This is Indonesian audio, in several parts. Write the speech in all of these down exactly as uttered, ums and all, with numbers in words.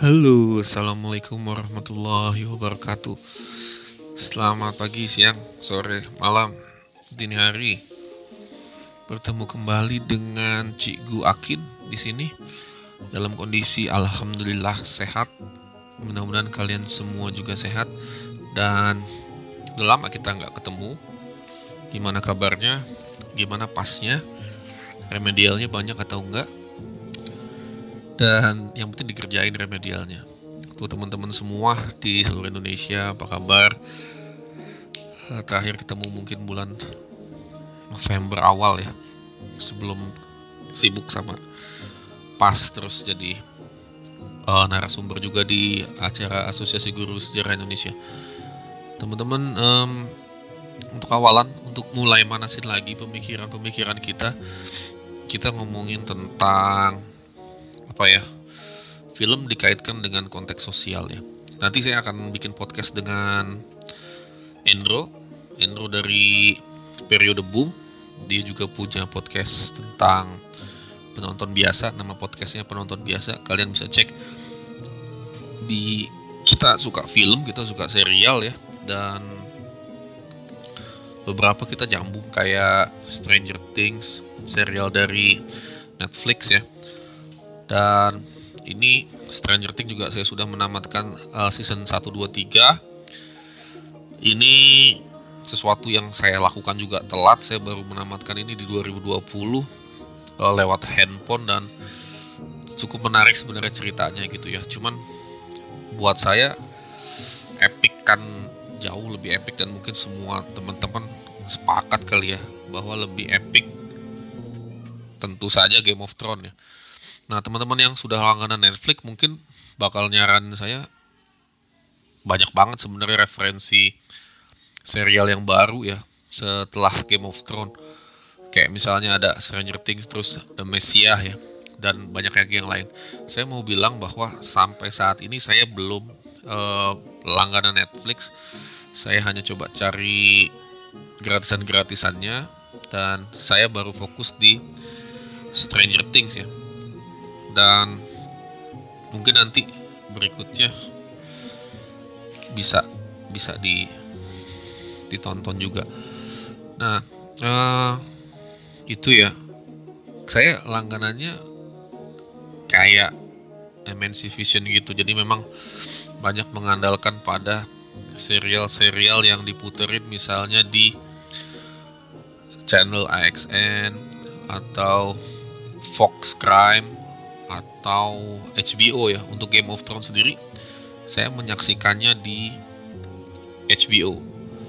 Halo, assalamualaikum warahmatullahi wabarakatuh. Selamat pagi, siang, sore, malam, dini hari. Bertemu kembali dengan Cikgu Akin di sini dalam kondisi alhamdulillah sehat. Mudah-mudahan kalian semua juga sehat dan udah lama kita nggak ketemu. Gimana kabarnya? Gimana pasnya? Remedialnya banyak atau enggak? Dan yang penting dikerjain remedialnya. Tuh teman-teman semua di seluruh Indonesia, apa kabar? Eh, Terakhir ketemu mungkin bulan November awal ya, sebelum sibuk sama PAS terus jadi eh, narasumber juga di acara Asosiasi Guru Sejarah Indonesia. Teman-teman, em, untuk awalan, untuk mulai manasin lagi pemikiran-pemikiran kita, kita ngomongin tentang apa ya, film dikaitkan dengan konteks sosial ya. Nanti saya akan bikin podcast dengan Endro, Endro dari Periode Boom. Dia juga punya podcast tentang penonton biasa, nama podcastnya Penonton Biasa. Kalian bisa cek di, kita suka film, kita suka serial ya, dan beberapa kita jambung kayak Stranger Things, serial dari Netflix ya. Dan ini Stranger Things juga saya sudah menamatkan uh, season satu, dua, tiga. Ini sesuatu yang saya lakukan juga telat. Saya baru menamatkan ini di dua ribu dua puluh uh, lewat handphone dan cukup menarik sebenarnya ceritanya gitu ya. Cuman buat saya epic kan, jauh lebih epic, dan mungkin semua teman-teman sepakat kali ya bahwa lebih epic tentu saja Game of Thrones ya. Nah, teman-teman yang sudah langganan Netflix mungkin bakal nyaranin saya banyak banget sebenarnya referensi serial yang baru ya setelah Game of Thrones. Kayak misalnya ada Stranger Things, terus The Messiah ya, dan banyak lagi yang lain. Saya mau bilang bahwa sampai saat ini saya belum eh, langganan Netflix. Saya hanya coba cari gratisan-gratisannya dan saya baru fokus di Stranger Things ya. Dan mungkin nanti berikutnya bisa bisa di ditonton juga. Nah, uh, itu ya. Saya langganannya kayak M N C Vision gitu. Jadi memang banyak mengandalkan pada serial-serial yang diputerin misalnya di channel A X N atau Fox Crime atau H B O ya. Untuk Game of Thrones sendiri saya menyaksikannya di H B O.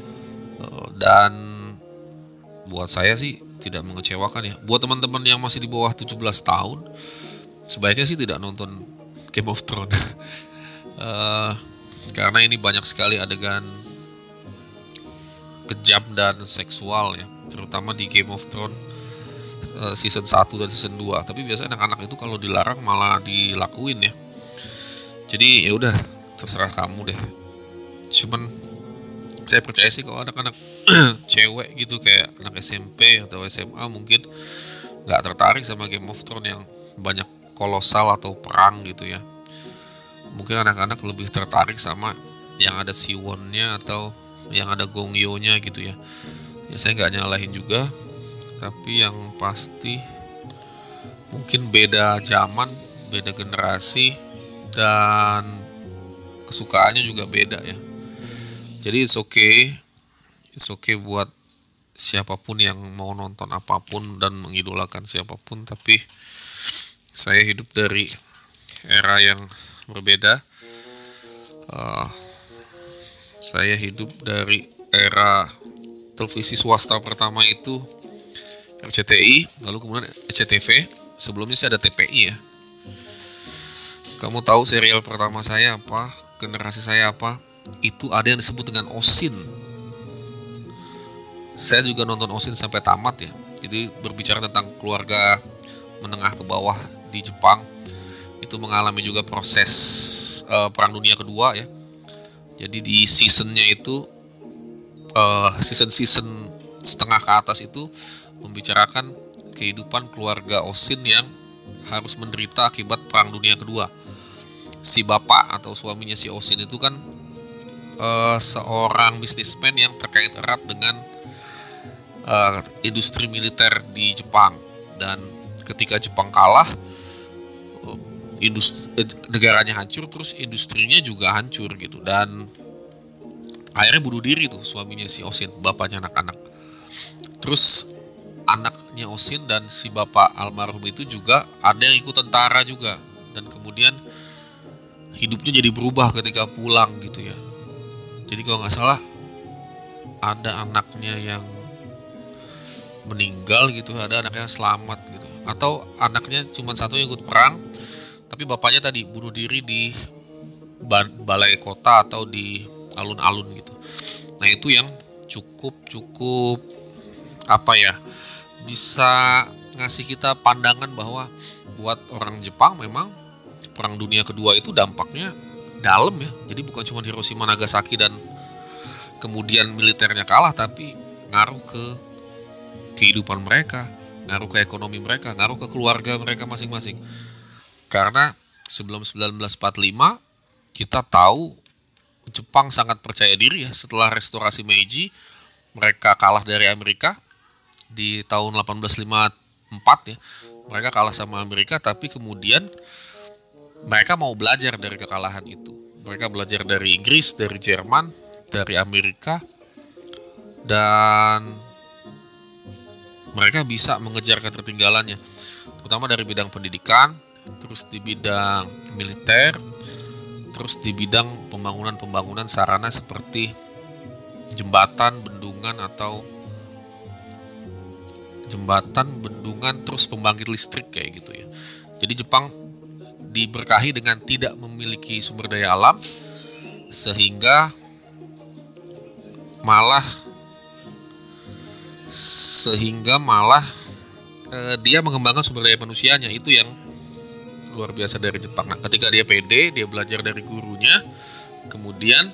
Dan buat saya sih tidak mengecewakan ya. Buat teman-teman yang masih di bawah tujuh belas tahun, sebaiknya sih tidak nonton Game of Thrones. uh, Karena ini banyak sekali adegan kejam dan seksual ya, terutama di Game of Thrones season satu dan season dua. Tapi biasanya anak-anak itu kalau dilarang malah dilakuin ya. Jadi ya udah, terserah kamu deh. Cuman saya percaya sih kalau anak-anak cewek gitu kayak anak S M P atau S M A mungkin nggak tertarik sama Game of Thrones yang banyak kolosal atau perang gitu ya. Mungkin anak-anak lebih tertarik sama yang ada Siwonnya atau yang ada Gongyo-nya gitu ya. Ya saya nggak nyalahin juga, tapi yang pasti mungkin beda zaman, beda generasi, dan kesukaannya juga beda ya. Jadi it's okay, it's okay buat siapapun yang mau nonton apapun dan mengidolakan siapapun. Tapi saya hidup dari era yang berbeda. Uh, saya hidup dari era televisi swasta pertama itu R C T I, lalu kemudian S C T V, sebelumnya sih ada T P I ya. Kamu tahu serial pertama saya apa? Generasi saya apa? Itu ada yang disebut dengan Oshin. Saya juga nonton Oshin sampai tamat ya. Jadi berbicara tentang keluarga menengah ke bawah di Jepang. Itu mengalami juga proses uh, Perang Dunia Kedua ya. Jadi di seasonnya itu, uh, season-season setengah ke atas itu membicarakan kehidupan keluarga Oshin yang harus menderita akibat Perang Dunia Kedua. si bapak atau suaminya si Oshin itu kan uh, seorang bisnismen yang terkait erat dengan uh, industri militer di Jepang. Dan ketika Jepang kalah, industri, negaranya hancur, terus industrinya juga hancur gitu. Dan akhirnya bunuh diri tuh suaminya si Oshin, bapaknya anak-anak. Terus anaknya Oshin dan si bapak almarhum itu juga ada yang ikut tentara juga. Dan kemudian hidupnya jadi berubah ketika pulang gitu ya. Jadi kalau nggak salah ada anaknya yang meninggal gitu, ada anaknya selamat gitu. Atau anaknya cuma satu yang ikut perang, tapi bapaknya tadi bunuh diri di balai kota atau di alun-alun gitu. Nah itu yang cukup cukup apa ya, bisa ngasih kita pandangan bahwa buat orang Jepang memang Perang Dunia Kedua itu dampaknya dalam ya. Jadi bukan cuma Hiroshima Nagasaki dan kemudian militernya kalah, tapi ngaruh ke kehidupan mereka, ngaruh ke ekonomi mereka, ngaruh ke keluarga mereka masing-masing. Karena sebelum seribu sembilan ratus empat puluh lima kita tahu Jepang sangat percaya diri ya. Setelah restorasi Meiji, mereka kalah dari Amerika di tahun delapan belas lima puluh empat ya. Mereka kalah sama Amerika, tapi kemudian mereka mau belajar dari kekalahan itu. Mereka belajar dari Inggris, dari Jerman, dari Amerika, dan mereka bisa mengejar ketertinggalannya, terutama dari bidang pendidikan, terus di bidang militer, terus di bidang pembangunan-pembangunan sarana seperti jembatan, bendungan atau jembatan, bendungan, terus pembangkit listrik kayak gitu ya. Jadi Jepang diberkahi dengan tidak memiliki sumber daya alam, sehingga malah sehingga malah eh, dia mengembangkan sumber daya manusianya. Itu yang luar biasa dari Jepang. Nah, ketika dia pede, dia belajar dari gurunya, kemudian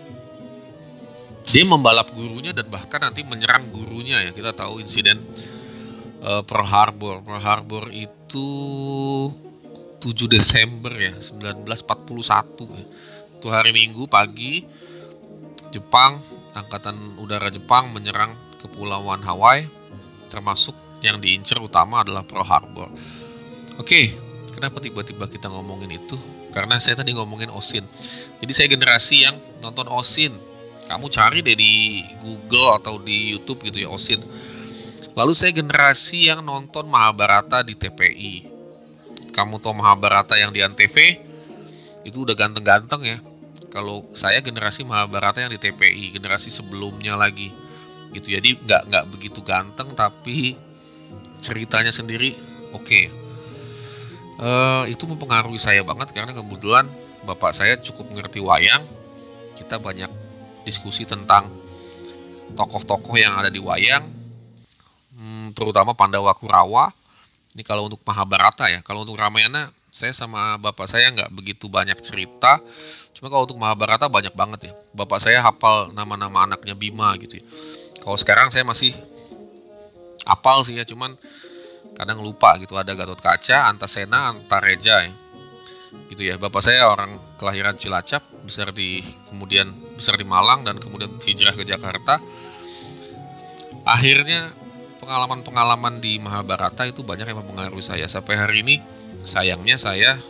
dia membalap gurunya dan bahkan nanti menyerang gurunya ya. Kita tahu insiden uh, Pearl Harbor. Pearl Harbor itu tujuh Desember ya, seribu sembilan ratus empat puluh satu ya. Itu hari Minggu pagi, Jepang, Angkatan Udara Jepang menyerang Kepulauan Hawaii, termasuk yang diincar utama adalah Pearl Harbor. Oke, kenapa tiba-tiba kita ngomongin itu? Karena saya tadi ngomongin Oshin. Jadi saya generasi yang nonton Oshin. Kamu cari deh di Google atau di YouTube gitu ya, Oshin. Lalu saya generasi yang nonton Mahabharata di T P I. Kamu tahu Mahabharata yang di Antv? Itu udah ganteng-ganteng ya. Kalau saya generasi Mahabharata yang di T P I, generasi sebelumnya lagi. Gitu. Jadi nggak nggak begitu ganteng, tapi ceritanya sendiri oke. Okay. Uh, itu mempengaruhi saya banget karena kebetulan bapak saya cukup mengerti wayang. Kita banyak diskusi tentang tokoh-tokoh yang ada di wayang, hmm, terutama Pandawa Kurawa. Ini kalau untuk Mahabharata ya. Kalau untuk Ramayana, saya sama bapak saya nggak begitu banyak cerita. Cuma kalau untuk Mahabharata banyak banget ya. Bapak saya hafal nama-nama anaknya Bima gitu ya. Kalau sekarang saya masih hafal sih ya, cuman kadang lupa gitu. Ada Gatot Kaca, Antasena, Antareja ya. Gitu ya. Bapak saya orang kelahiran Cilacap, besar di kemudian besar di Malang dan kemudian hijrah ke Jakarta. Akhirnya pengalaman-pengalaman di Mahabharata itu banyak yang mempengaruhi saya. Sampai hari ini sayangnya saya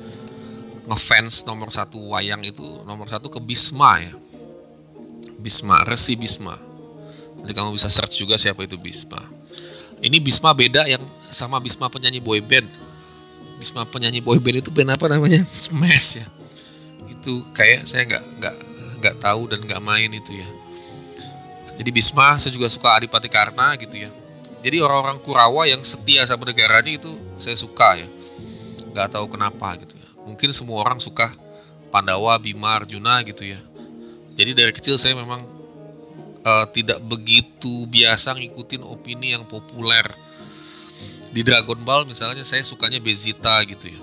ngefans nomor satu wayang itu nomor satu ke Bisma ya. Bisma, Resi Bisma. Jadi kamu bisa search juga siapa itu Bisma. Ini Bisma beda yang sama Bisma penyanyi boyband. Bisma penyanyi boyband itu band apa namanya? Smash ya. Itu kayak saya nggak nggak nggak tahu dan nggak main itu ya. Jadi Bisma, saya juga suka Adipati Karna gitu ya. Jadi orang-orang Kurawa yang setia sama negaranya itu saya suka ya. Gak tahu kenapa gitu ya. Mungkin semua orang suka Pandawa, Bima, Arjuna gitu ya. Jadi dari kecil saya memang uh, tidak begitu biasa ngikutin opini yang populer. Di Dragon Ball misalnya saya sukanya Vegeta gitu ya.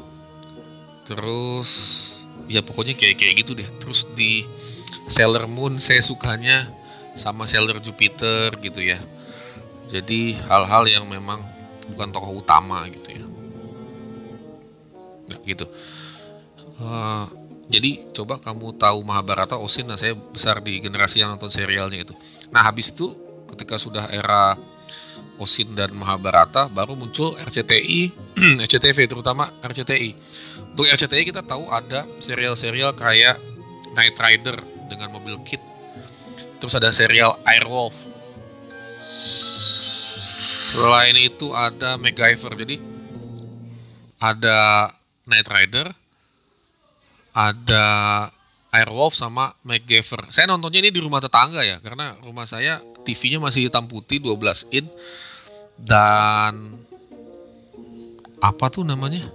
Terus ya pokoknya kayak kayak gitu deh. Terus di Sailor Moon saya sukanya sama Sailor Jupiter gitu ya. Jadi hal-hal yang memang bukan tokoh utama gitu ya. Nah, gitu. Uh, jadi coba kamu tahu Mahabharata, Osin, nah saya besar di generasi yang nonton serialnya itu. Nah habis itu ketika sudah era Osin dan Mahabharata baru muncul R C T I, R C T V terutama R C T I. Untuk R C T I kita tahu ada serial-serial kayak Knight Rider dengan mobil Kit. Terus ada serial Airwolf. Selain itu ada MacGyver. Jadi ada Knight Rider, ada Airwolf sama MacGyver. Saya nontonnya ini di rumah tetangga ya, karena rumah saya T V-nya masih hitam putih dua belas in dan apa tuh namanya?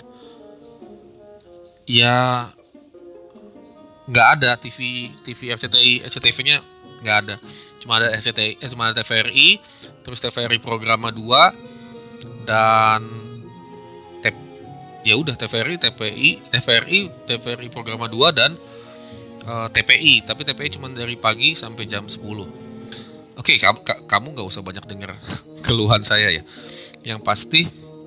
Ya nggak ada T V T V R C T I, R C T V-nya nggak ada. Cuma ada R C T I, eh, cuma ada T V R I, terus T V R I Programa dua dan T ya udah T V R I, T P I, T V R I, T V R I Programa dua dan uh, T P I, tapi T P I cuma dari pagi sampai jam sepuluh. Oke, kamu kamu nggak usah banyak dengar keluhan saya ya. Yang pasti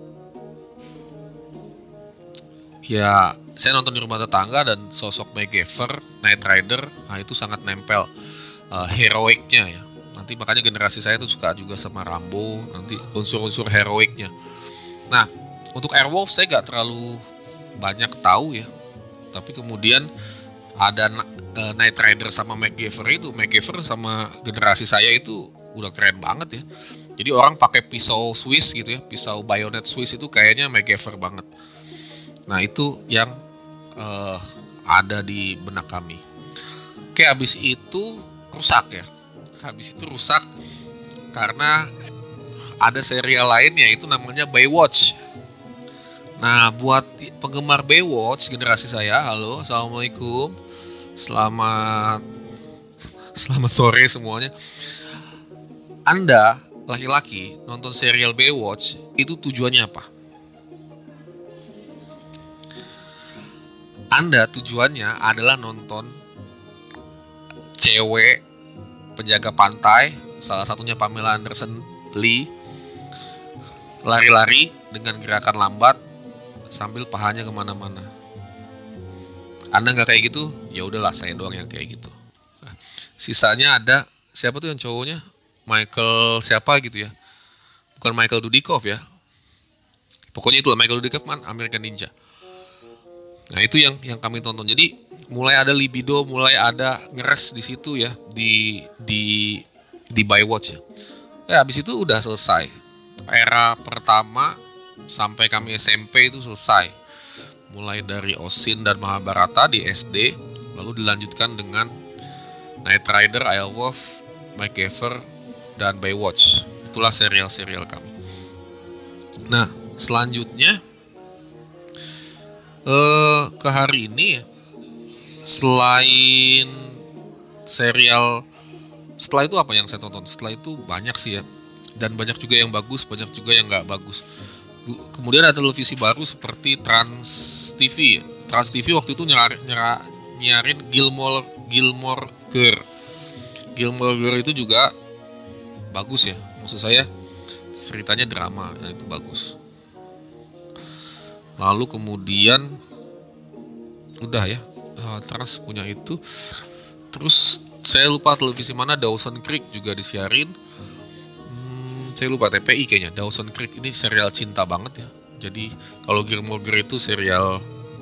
ya saya nonton di rumah tetangga dan sosok MacGyver, Knight Rider, nah itu sangat nempel uh, heroiknya ya. Nanti makanya generasi saya tuh suka juga sama Rambo, nanti unsur-unsur heroiknya. Nah, untuk Airwolf saya gak terlalu banyak tahu ya. Tapi kemudian ada uh, Knight Rider sama MacGyver itu, MacGyver sama generasi saya itu udah keren banget ya. Jadi orang pakai pisau Swiss gitu ya, pisau bayonet Swiss itu kayaknya MacGyver banget. Nah itu yang uh, ada di benak kami. Oke, habis itu rusak ya. Habis itu rusak karena ada serial lain yaitu namanya Baywatch. Nah, buat penggemar Baywatch generasi saya, halo, assalamualaikum, selamat selamat sore semuanya. Anda laki-laki nonton serial Baywatch itu tujuannya apa? Anda tujuannya adalah nonton cewek penjaga pantai, salah satunya Pamela Anderson Lee, lari-lari dengan gerakan lambat sambil pahanya kemana-mana. Anda nggak kayak gitu, ya udahlah saya doang yang kayak gitu. Nah, sisanya ada siapa tuh yang cowoknya? Michael siapa gitu ya? Bukan Michael Dudikoff ya? Pokoknya itulah Michael Dudikoff man American Ninja. Nah itu yang yang kami tonton. Jadi mulai ada libido, mulai ada ngeres di situ ya di di di Baywatch ya. Ya habis itu udah selesai. Era pertama sampai kami S M P itu selesai. Mulai dari Osin dan Mahabharata di S D, lalu dilanjutkan dengan Knight Rider, Airwolf, MacGyver dan Baywatch. Itulah serial-serial kami. Nah selanjutnya Uh, ke hari ini ya, selain serial, setelah itu apa yang saya tonton? Setelah itu banyak sih ya, dan banyak juga yang bagus, banyak juga yang nggak bagus. Kemudian ada televisi baru seperti Trans T V ya. Trans T V waktu itu nyar, nyar, nyarin Gilmore Gilmore Girl. Gilmore Girl itu juga bagus ya, maksud saya ceritanya drama, dan itu bagus. Lalu kemudian udah ya, Trans punya itu. Terus saya lupa televisi mana, Dawson Creek juga disiarin. hmm, Saya lupa T P I kayaknya. Dawson Creek ini serial cinta banget ya. Jadi kalau Gilmore Girl itu serial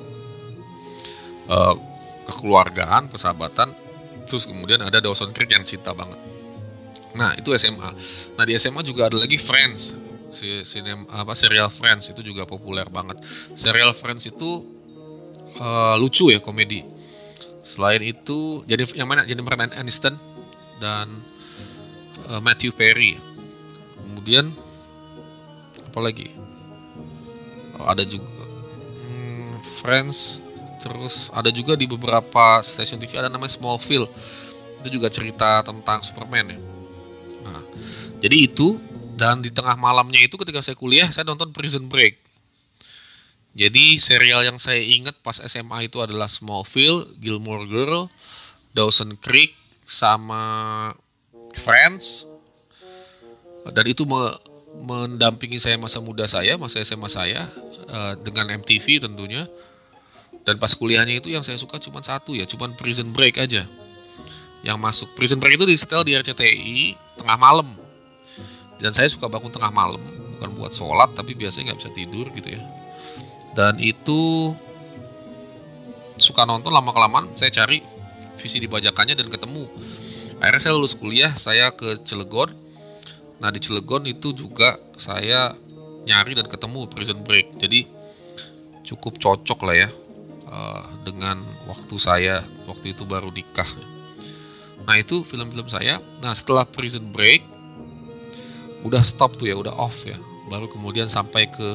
uh, kekeluargaan, persahabatan. Terus kemudian ada Dawson Creek yang cinta banget. Nah itu S M A. Nah di S M A juga ada lagi Friends. Si sinem apa serial Friends itu juga populer banget. Serial Friends itu uh, lucu ya, komedi. Selain itu jadi yang mana Jennifer Aniston dan uh, Matthew Perry. Kemudian apa lagi? Oh, ada juga hmm, Friends. Terus ada juga di beberapa stasiun T V ada namanya Smallville. Itu juga cerita tentang Superman ya. Nah, jadi itu. Dan di tengah malamnya itu ketika saya kuliah, saya nonton Prison Break. Jadi serial yang saya ingat pas S M A itu adalah Smallville, Gilmore Girl, Dawson Creek, sama Friends. Dan itu me- mendampingi saya masa muda saya, masa S M A saya, uh, dengan M T V tentunya. Dan pas kuliahnya itu yang saya suka cuma satu ya, cuma Prison Break aja yang masuk. Prison Break itu di setel di R C T I tengah malam. Dan saya suka bangun tengah malam, bukan buat sholat tapi biasanya nggak bisa tidur gitu ya. Dan itu suka nonton, lama kelamaan saya cari V C D bajakannya dan ketemu. Akhirnya saya lulus kuliah, saya ke Cilegon. Nah di Cilegon itu juga saya nyari dan ketemu Prison Break. Jadi cukup cocok lah ya uh, dengan waktu saya waktu itu baru nikah. Nah itu film-film saya. Nah setelah Prison Break udah stop tuh ya, udah off ya. Baru kemudian sampai ke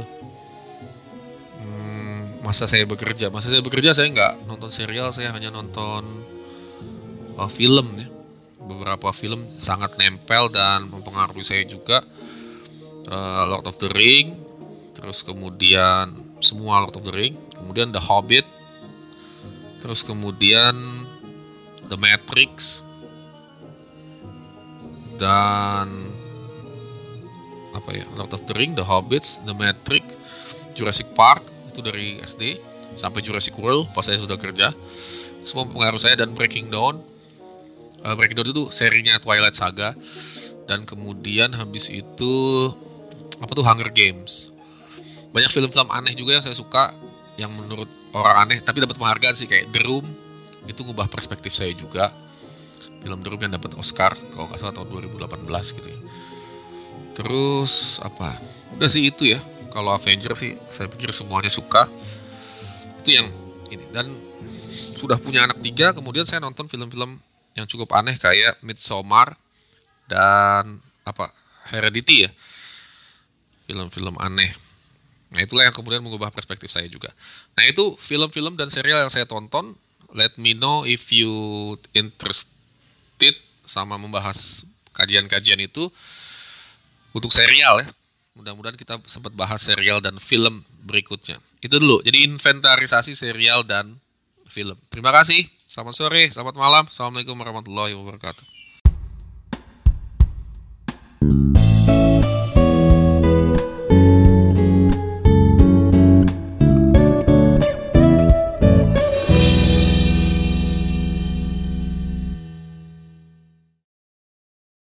hmm, masa saya bekerja. Masa saya bekerja saya nggak nonton serial, saya hanya nonton uh, film ya. Beberapa film sangat nempel dan mempengaruhi saya juga. uh, Lord of the Ring, terus kemudian semua Lord of the Ring, kemudian The Hobbit, terus kemudian The Matrix, dan apa ya, Lord of the Ring, The Hobbit, The Matrix, Jurassic Park itu dari S D sampai Jurassic World pas saya sudah kerja, semua mempengaruhi saya. Dan Breaking Dawn, uh, Breaking Dawn itu serinya Twilight Saga, dan kemudian habis itu apa tuh Hunger Games. Banyak film-film aneh juga yang saya suka, yang menurut orang aneh tapi dapat penghargaan sih, kayak The Room, itu ngubah perspektif saya juga. Film The Room yang dapat Oscar kalau nggak salah tahun dua ribu delapan belas gitu ya. Terus apa? Udah sih itu ya. Kalau Avengers sih saya pikir semuanya suka. Itu yang ini. Dan sudah punya anak tiga, kemudian saya nonton film-film yang cukup aneh kayak Midsommar dan apa Heredity ya. Film-film aneh. Nah itulah yang kemudian mengubah perspektif saya juga. Nah itu film-film dan serial yang saya tonton. Let me know if you interested sama membahas kajian-kajian itu untuk serial ya. Mudah-mudahan kita sempat bahas serial dan film berikutnya. Itu dulu. Jadi inventarisasi serial dan film. Terima kasih. Selamat sore, selamat malam. Assalamualaikum warahmatullahi wabarakatuh.